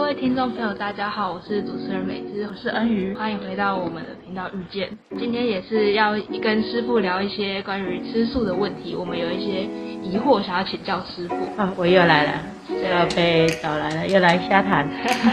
位听众朋友，大家好，我是主持人美芝，我是恩瑜，欢迎回到我们的频道遇见。今天也是要跟师傅聊一些关于吃素的问题，我们有一些疑惑想要请教师傅。 我又来了，又被找来了，又来瞎谈。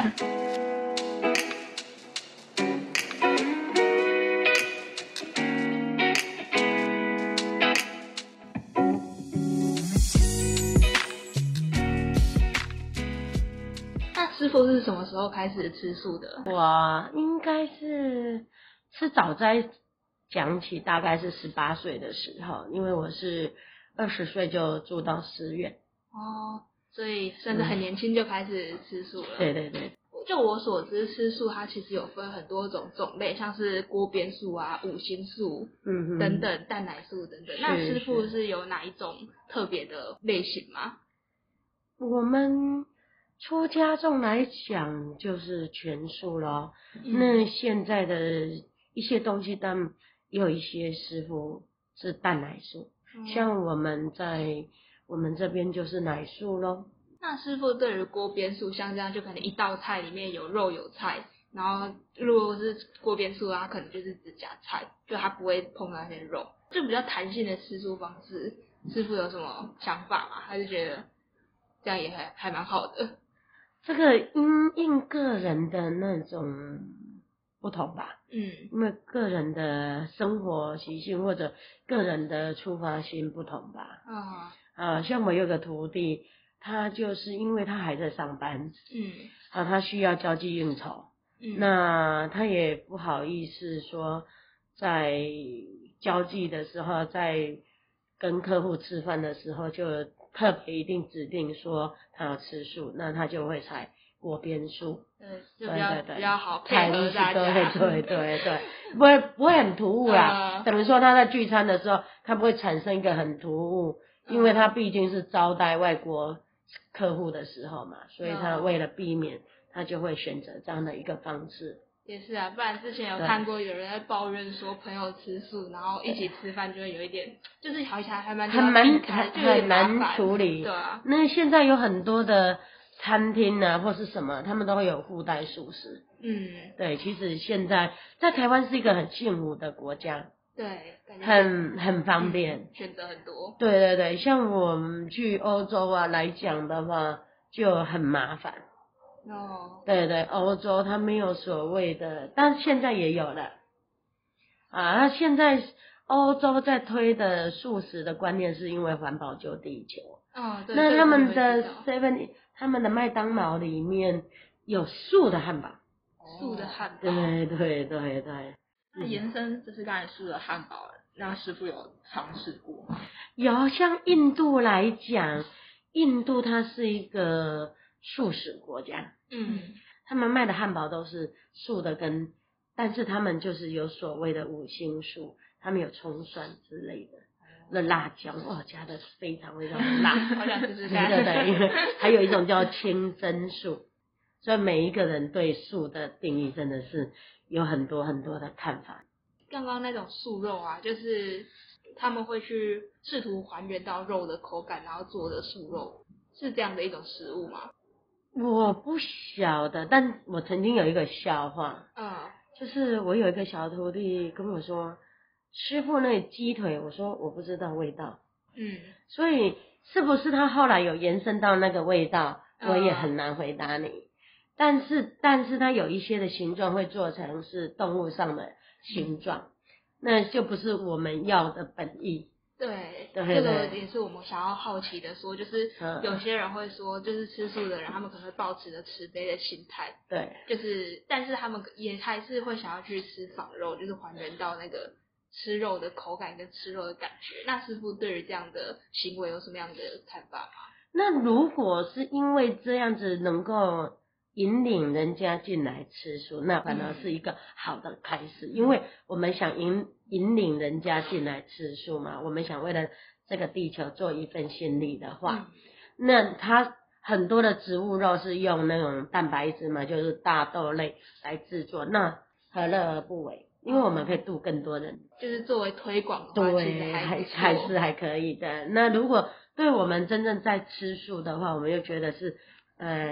师傅是什么时候开始吃素的？ 我应该是吃早斋讲起，大概是18岁的时候，因为我是20岁就住到寺院。 所以甚至很年轻就开始吃素了。 对对对。 就我所知，吃素它其实有分很多种种类，像是锅边素啊、五辛素，等等，蛋奶素等等。那师傅是有哪一种特别的类型吗？ 我们出家众来讲就是全素咯。那现在的一些东西，但也有一些师傅是蛋奶素，像我们这边就是奶素咯。 那师傅对于锅边素，像这样就可能一道菜里面有肉有菜，然后如果是锅边素它可能就是只加菜，就它不会碰到那些肉，就比较弹性的吃素方式。师傅有什么想法吗？还是觉得这样也还蛮好的？ 这个因个人的那种不同吧，因为个人的生活习性或者个人的出发心不同吧。像我有个徒弟，他就是因为他还在上班，他需要交际应酬，那他也不好意思说在交际的时候，在跟客户吃饭的时候就特别一定指定说他要吃素，那他就会采锅边素， 就比较好配合大家。 对，不会很突兀啦。等于说他在聚餐的时候，他不会产生一个很突兀，因为他毕竟是招待外国客户的时候嘛，所以他为了避免，他就会选择这样的一个方式。 也是啊，不然之前有看过有人在抱怨说朋友吃素，然后一起吃饭就会有一点，就是好像还蛮很难处理。 对啊。 那现在有很多的餐厅啊或是什么，他们都会有附带素食。对，其实现在在台湾是一个很幸福的国家。 对， 很方便， 选择很多。 对，像我们去欧洲啊来讲的话，就很麻烦。对，欧洲它没有所谓的，但现在也有了。那现在欧洲在推的素食的观念是因为环保救地球。 对。 那他们的 7-他们的麦当劳里面有素的汉堡。 素的汉堡。 对。 那延伸就是刚才素的汉堡，那师傅有尝试过吗？ 有，像印度来讲，印度它是一个素食国家。他们卖的汉堡都是素的但是他们就是有所谓的五辛素，他们有葱蒜之类的，那辣椒加的非常非常的辣。 好想试试看。 对，因为还有一种叫清真素，所以每一个人对素的定义真的是有很多很多的看法。 刚刚那种素肉啊，就是他们会去试图还原到肉的口感，然后做的素肉，是这样的一种食物吗？ 我不晓得，但我曾经有一个笑话，就是我有一个小徒弟跟我说，师傅那鸡腿，我说我不知道味道，所以是不是他后来有延伸到那个味道，我也很难回答你。但是它有一些的形状会做成是动物上的形状，那就不是我们要的本意。 对，这个也是我们想要好奇的说，就是有些人会说，就是吃素的人，他们可能会抱持着慈悲的心态， 对， 就是但是他们也还是会想要去吃仿肉，就是还原到那个吃肉的口感跟吃肉的感觉。那师傅对于这样的行为有什么样的看法吗？ 那如果是因为这样子能够引领人家进来吃素，那反而是一个好的开始，因为我们想引领人家进来吃素嘛，我们想为了这个地球做一份心力的话，那它很多的植物肉是用那种蛋白质嘛，就是大豆类来制作，那何乐而不为？因为我们可以度更多人， 就是作为推广的话， 对，还可以的。那如果对我们真正在吃素的话，我们又觉得是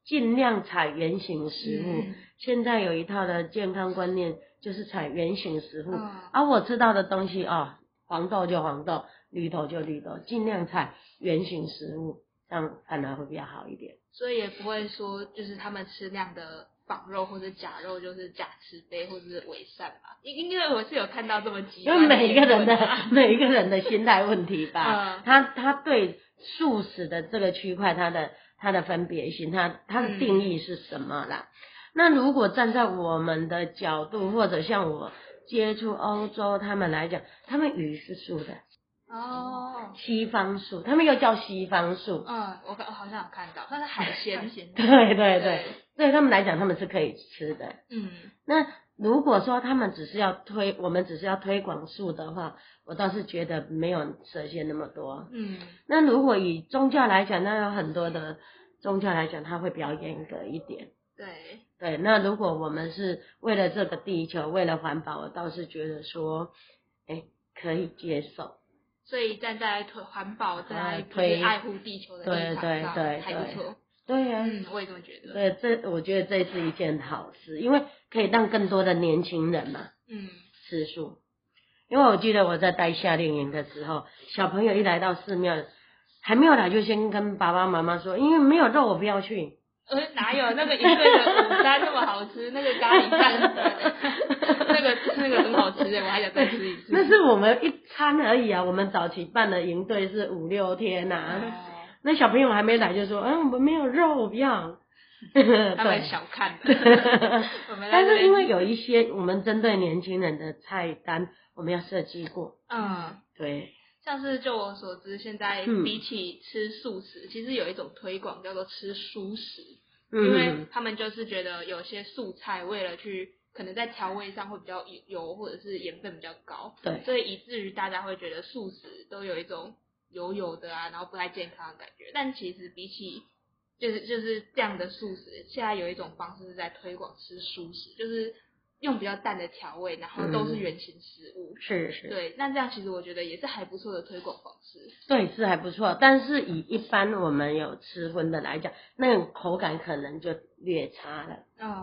尽量采原型食物。现在有一套的健康观念，就是采原型食物。我吃到的东西黄豆就黄豆，绿豆就绿豆，尽量采原型食物，这样反而会比较好一点。 所以也不会说就是他们吃那样的仿肉或者假肉就是假慈悲或者是伪善吧，因为我是有看到这么极端的因为每一个人的心态问题吧，他对素食的这个区块，他的分别性，他的定义是什么啦？那如果站在我们的角度，或者像我接触欧洲他们来讲，他们鱼是素的。西方素，他们又叫西方素。 我好像有看到，但是海鲜。 对他们来讲，他们是可以吃的。那如果说他们我们只是要推广素的话，我倒是觉得没有设限那么多。那如果以宗教来讲，那有很多的宗教来讲，它会比较严格一点。对，那如果我们是为了这个地球，为了环保，我倒是觉得说，可以接受。 所以站在环保，在爱护地球的立场上，还不错。 对呀， 我也这么觉得。 对，我觉得这是一件好事，因为可以让更多的年轻人嘛，吃素。因为我记得我在带夏令营的时候，小朋友一来到寺庙，还没有来就先跟爸爸妈妈说，因为没有肉我不要去。 哪有那个营队的午餐那么好吃？那个咖喱饭，那个很好吃的，我还想再吃一次。 那是我们一餐而已啊，我们早期办的营队是5、6天啊。那小朋友还没来就说，我们没有肉，我不要。 他们小看的。 但是因为有一些我们针对年轻人的菜单，我们要设计过。对。 像是就我所知，现在比起吃素食，其实有一种推广叫做吃蔬食，因为他们就是觉得有些素菜为了去可能在调味上会比较油或者是盐分比较高， 对， 所以以至于大家会觉得素食都有一种油的啊，然后不太健康的感觉。但其实比起就是这样的素食，现在有一种方式是在推广吃蔬食，就是用比较淡的调味，然后都是原型食物。 是。 对，那这样其实我觉得也是还不错的推广方式。 对，是还不错，但是以一般我们有吃荤的来讲，那种口感可能就略差了。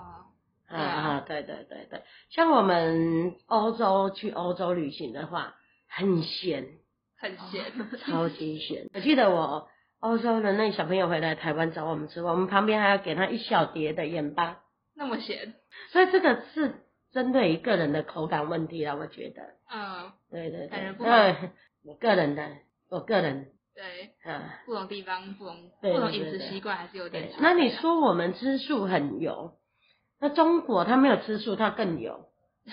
对，像我们去欧洲旅行的话，很咸，超级咸。我记得我欧洲的那小朋友回来台湾找我们吃，我们旁边还要给他一小碟的盐巴， 那么咸。 所以这个是针对一个人的口感问题啦，我觉得。对， 感觉不同。 我个人对，不同地方不同饮食习惯还是有点差。 那你说我们吃素很油，那中国他没有吃素，他更油。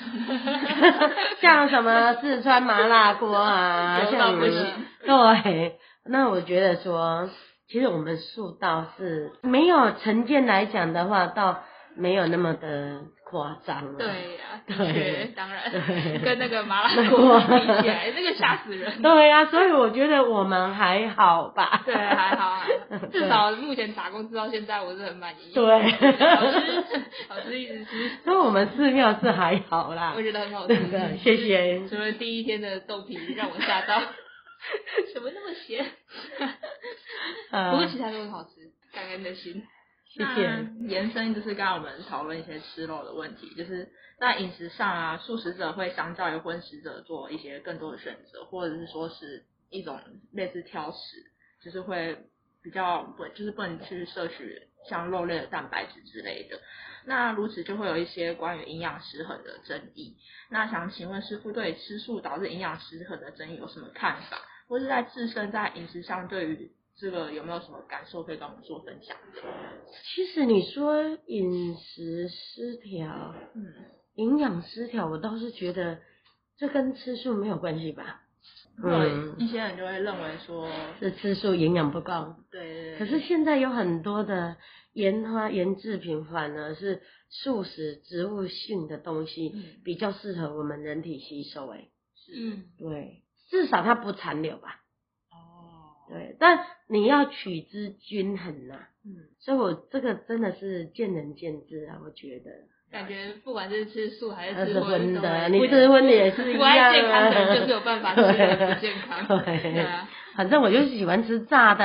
像什么四川麻辣锅啊，像对，那我觉得说，其实我们素倒是没有成见来讲的话，倒没有那么的夸张。 对呀，对，当然，跟那个麻辣锅比起来，那个吓死人。 对呀，所以我觉得我们还好吧。 对，还好，至少目前打工吃到现在，我是很满意。 对， 好吃一直吃。 所以我们寺庙是还好啦。 我觉得很好吃。 谢谢。 除了第一天的豆皮让我吓到，怎么那么咸？不过其他都很好吃，感恩的心。 谢谢。 延伸就是刚刚我们讨论一些吃肉的问题，就是在饮食上啊，素食者会相较于荤食者做一些更多的选择，或者是说是一种类似挑食，就是会比较不能去摄取像肉类的蛋白质之类的。那如此就会有一些关于营养失衡的争议。那想请问师父，对吃素导致营养失衡的争议有什么看法，或是在自身在饮食上对于这个有没有什么感受可以跟我们做分享？ 其实你说饮食失调，营养失调，我倒是觉得这跟吃素没有关系吧。 一些人就会认为说是吃素营养不够。 对。 可是现在有很多的腌制品反而是素食植物性的东西，比较适合我们人体吸收。对，至少它不残留吧。对，但你要取之均衡啊。所以我这个真的是见仁见智啊，我觉得。 感觉不管是吃素还是吃荤的，你吃荤的也是一样啊。 不爱健康的人就是有办法吃的不健康。 对啊，反正我就是喜欢吃炸的。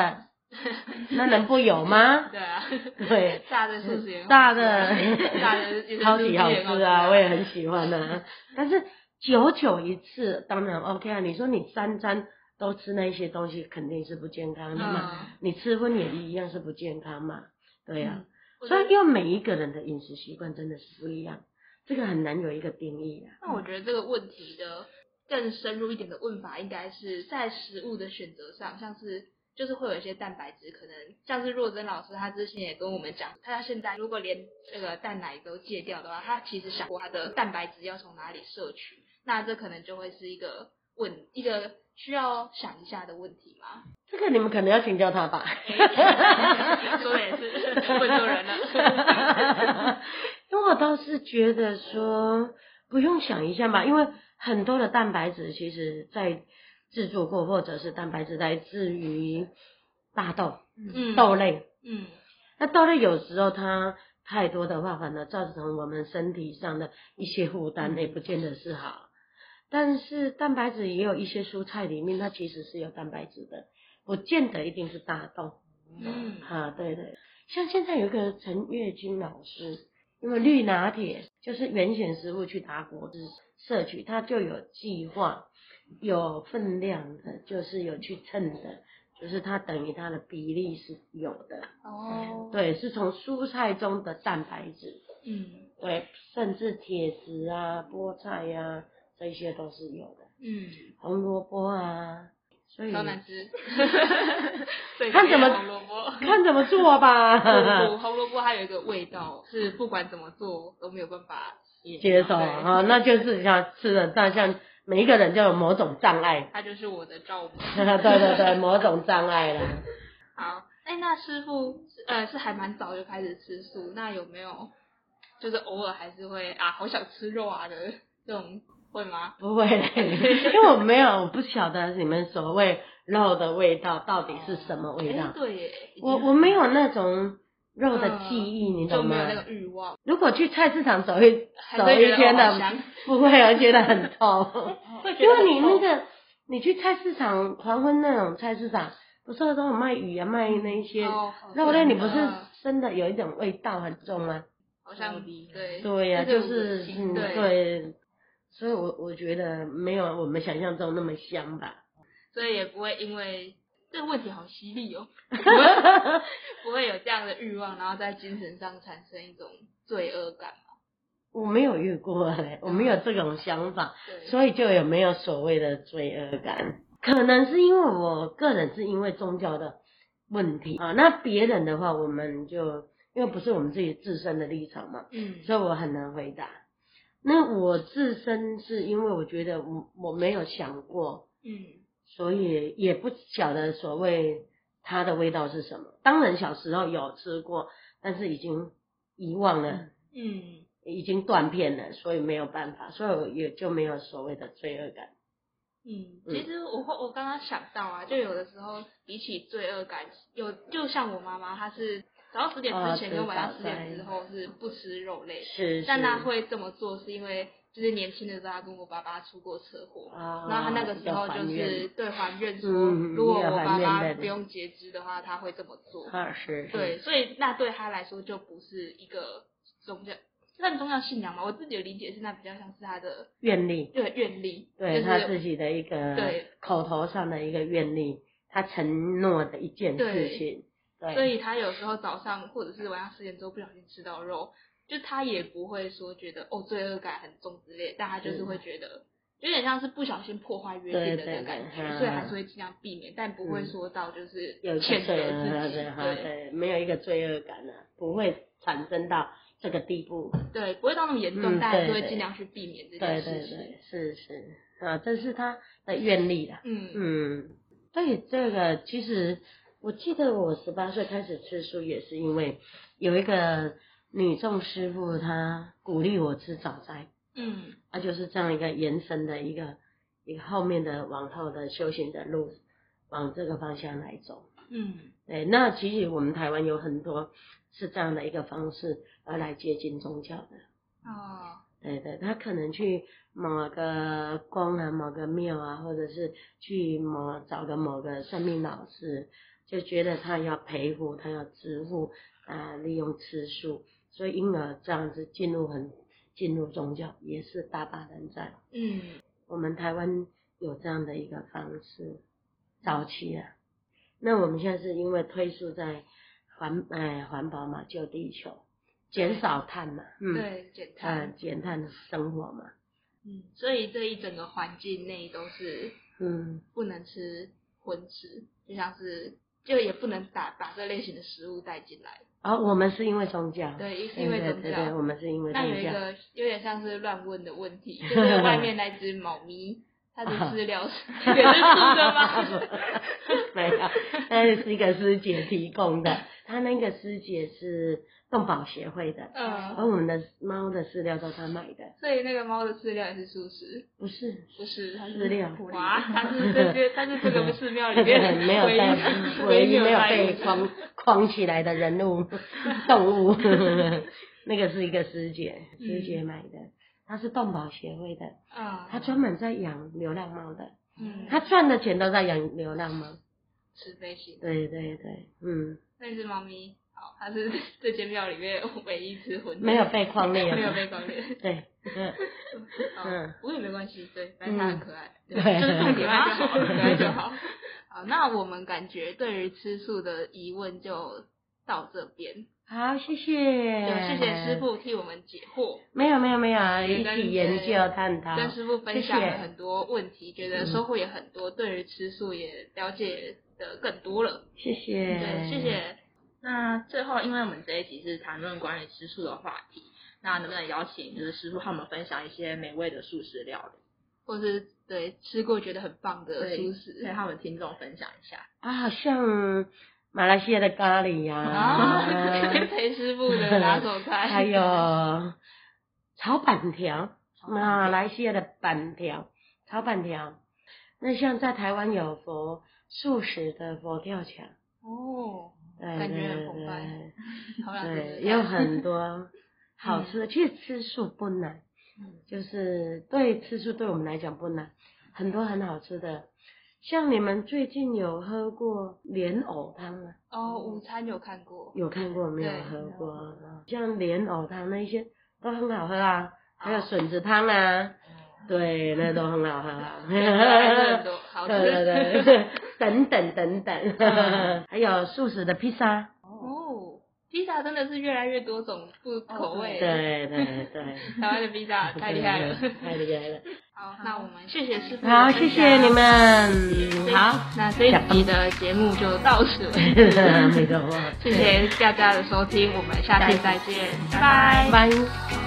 那能不有吗？ 对啊， 对， 炸的素食也炸的超级好吃啊，我也很喜欢啊。但是久久一次，当然 OK 啊。你说你3餐都吃那些东西，肯定是不健康的嘛。你吃荤也一样是不健康嘛，对啊。所以因为每一个人的饮食习惯真的是不一样，这个很难有一个定义啊。 那我觉得这个问题的更深入一点的问法，应该是在食物的选择上，像是就是会有一些蛋白质，可能像是若真老师他之前也跟我们讲，他现在如果连这个蛋奶都戒掉的话，他其实想过他的蛋白质要从哪里摄取，那这可能就会是一个需要想一下的问题嘛。 这个你们可能要请教他吧。 说的也是，问错人了。 因为我倒是觉得说不用想一下吧，因为很多的蛋白质其实在制作过，或者是蛋白质来自于大豆、豆类。那豆类有时候它太多的话，反而造成我们身体上的一些负担，也不见得是好。但是蛋白质也有一些蔬菜里面，它其实是有蛋白质的，不见得一定是大豆。对对，像现在有一个陈月君老师，因为绿拿铁就是原型食物去打果汁摄取，它就有计划有分量的，就是有去称的，就是它等于它的比例是有的。对，是从蔬菜中的蛋白质。对，甚至铁质啊、菠菜啊，这些都是有的。红萝卜啊，所以超难吃。 看怎么红萝卜， 看怎么做吧。 红萝卜它有一个味道，是不管怎么做都没有办法接受啊，那就是像吃的，但像每一个人就有某种障碍。 它就是我的照顾。 对，某种障碍啦。 好，那师傅是还蛮早就开始吃素，那有没有就是偶尔还是会好想吃肉啊的这种会吗？ 不会，因为我不晓得你们所谓肉的味道到底是什么味道。 对耶， 我没有那种肉的记忆，你懂吗？ 就没有那个欲望。 如果去菜市场走一天的，不会，我觉得很臭。因为你去菜市场黄昏那种菜市场，不是都有卖鱼啊，卖那些肉类，你不是真的有一种味道很重吗？ 好像对。 对呀，就是对。 所以我觉得没有我们想象中那么香吧。 所以也不会因为这个问题好犀利哦，不会有这样的欲望，然后在精神上产生一种罪恶感吗？ 我没有遇过我没有这种想法，所以就有没有所谓的罪恶感。可能是因为我个人是因为宗教的问题啊，那别人的话我们就因为不是我们自己自身的立场嘛，所以我很难回答。那我自身是因为我觉得我没有想过，所以也不晓得所谓它的味道是什么。当然小时候有吃过，但是已经遗忘了，已经断片了，所以没有办法，所以我也就没有所谓的罪恶感。 其实我刚刚想到啊，就有的时候比起罪恶感，就像我妈妈，她是早上10点之前跟晚上10点之后是不吃肉类，但她会这么做是因为就是年轻的时候她跟我爸爸出过车祸，然后她那个时候就是对还愿说，如果我爸爸不用截肢的话，她会这么做。对，所以那对她来说就不是一个宗教。算宗教信仰嘛，我自己的理解是那比较像是他的愿力， 对愿力， 对、他自己的一个口头上的一个愿力，他承诺的一件事情。对， 所以他有时候早上或者是晚上10点之后不小心吃到肉，就他也不会说觉得罪恶感很重之类，但他就是会觉得有点像是不小心破坏约定的那个感觉，所以还是会尽量避免，但不会说到就是谴责自己， 对，没有一个罪恶感不会产生到这个地步， 对，不会到那么严重，但还是会尽量去避免这件事情。 对，是这是他的愿力啦。对，这个其实我记得我18岁开始吃素，也是因为有一个女众师傅，她鼓励我吃早斋。就是这样一个延伸的一个后面的往后的修行的路，往这个方向来走。对，那其实我们台湾有很多是这样的一个方式而来接近宗教的。对，他可能去某个宫啊、某个庙啊，或者是去找个某个算命老师就觉得他要培护，他要致富利用吃素，所以因而这样子进入宗教也是大把人在。我们台湾有这样的一个方式，早期啊，那我们现在是因为推素在环保嘛，救地球，减少碳嘛， 对， 减碳的生活嘛， 所以这一整个环境内都是不能吃荤食，就也不能把这类型的食物带进来。 我们是因为宗教， 对，是因为宗教， 对，我们是因为宗教。 那有一个有点像是乱问的问题，就是外面那只猫咪，它的饲料也是素的吗？ 没有，那是一个师姐提供的，她那个师姐是动保协会的，而我们的猫的饲料都是她买的。 所以那个猫的饲料也是素食？ 不是， 它是饲料。 哇，它是这个寺庙里面没有唯一没有被框起来的人物动物，那个是一个师姐买的，她是动保协会的，她专门在养流浪猫的，她赚的钱都在养流浪猫， 慈悲心。 对， 那只猫咪，好，它是这间庙里面唯一吃荤的， 没有被框列， 没有被框列， 对， 不过也没关系，对，反正它很可爱，对，就是看可爱就好，可爱就好。好，那我们感觉对于吃素的疑问就到这边。 好，谢谢， 谢谢师父替我们解惑。 没有，一起研究探讨， 跟师父分享了很多问题，觉得收获也很多，对于吃素也了解的更多了。 谢谢， 对，谢谢。 那最后，因为我们这一集是谈论关于吃素的话题，那能不能邀请就是师父和我们分享一些美味的素食料理， 或是对吃过觉得很棒的素食， 可以和我们听众分享一下像马来西亚的咖喱呀， 裴师傅的拿手菜， 还有炒板条，马来西亚的炒板条。那像在台湾有素食的佛跳墙， 感觉很澎湃， 对，有很多好吃的。其实吃素不难，就是吃素对我们来讲不难，很多很好吃的。像你们最近有喝过莲藕汤吗？ 午餐有看过， 没有喝过。像莲藕汤那些都很好喝啊，还有笋子汤啊，对，那都很好喝啊。 很多好吃， 对，等等，还有素食的披萨。 披萨真的是越来越多种口味。 对， 台湾的披萨太厉害了， 太厉害了。 好，那我们谢谢师父。 好，谢谢你们。好， 那这一集的节目就到此为止。 没错， 谢谢大家的收听，我们下次再见，拜拜。